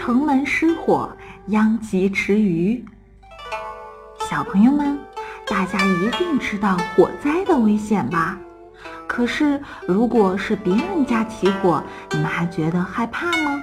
城门失火，殃及池鱼。小朋友们，大家一定知道火灾的危险吧？可是如果是别人家起火，你们还觉得害怕吗？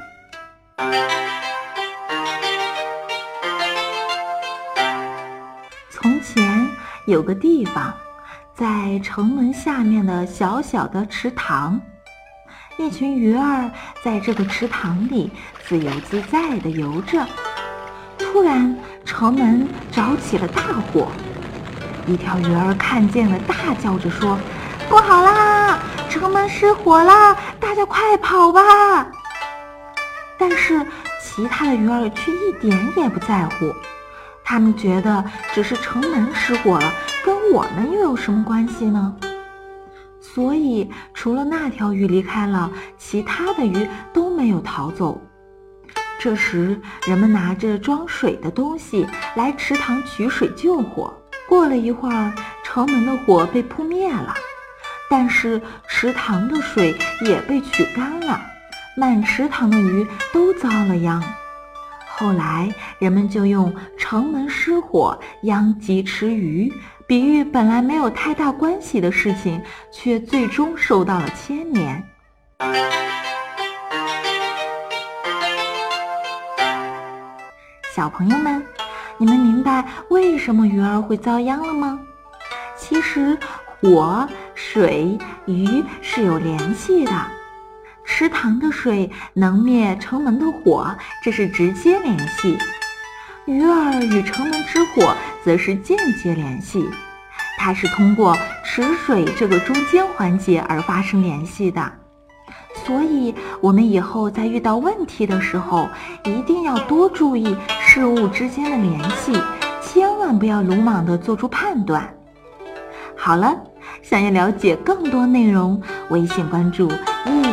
从前有个地方，在城门下面的小小的池塘，一群鱼儿在这个池塘里自由自在地游着。突然，城门着起了大火，一条鱼儿看见了，大叫着说：“不好啦，城门失火啦，大家快跑吧！”但是其他的鱼儿却一点也不在乎，他们觉得只是城门失火了，跟我们又有什么关系呢？所以除了那条鱼离开了，其他的鱼都没有逃走。这时人们拿着装水的东西来池塘取水救火。过了一会儿，城门的火被扑灭了，但是池塘的水也被取干了，满池塘的鱼都遭了殃。后来人们就用城门失火，殃及池鱼比喻本来没有太大关系的事情，却最终受到了牵连。小朋友们，你们明白为什么鱼儿会遭殃了吗？其实火、水、鱼是有联系的。池塘的水能灭城门的火，这是直接联系；鱼儿与城门之火则是间接联系，它是通过池水这个中间环节而发生联系的。所以我们以后在遇到问题的时候，一定要多注意事物之间的联系，千万不要鲁莽地做出判断。好了，想要了解更多内容，微信关注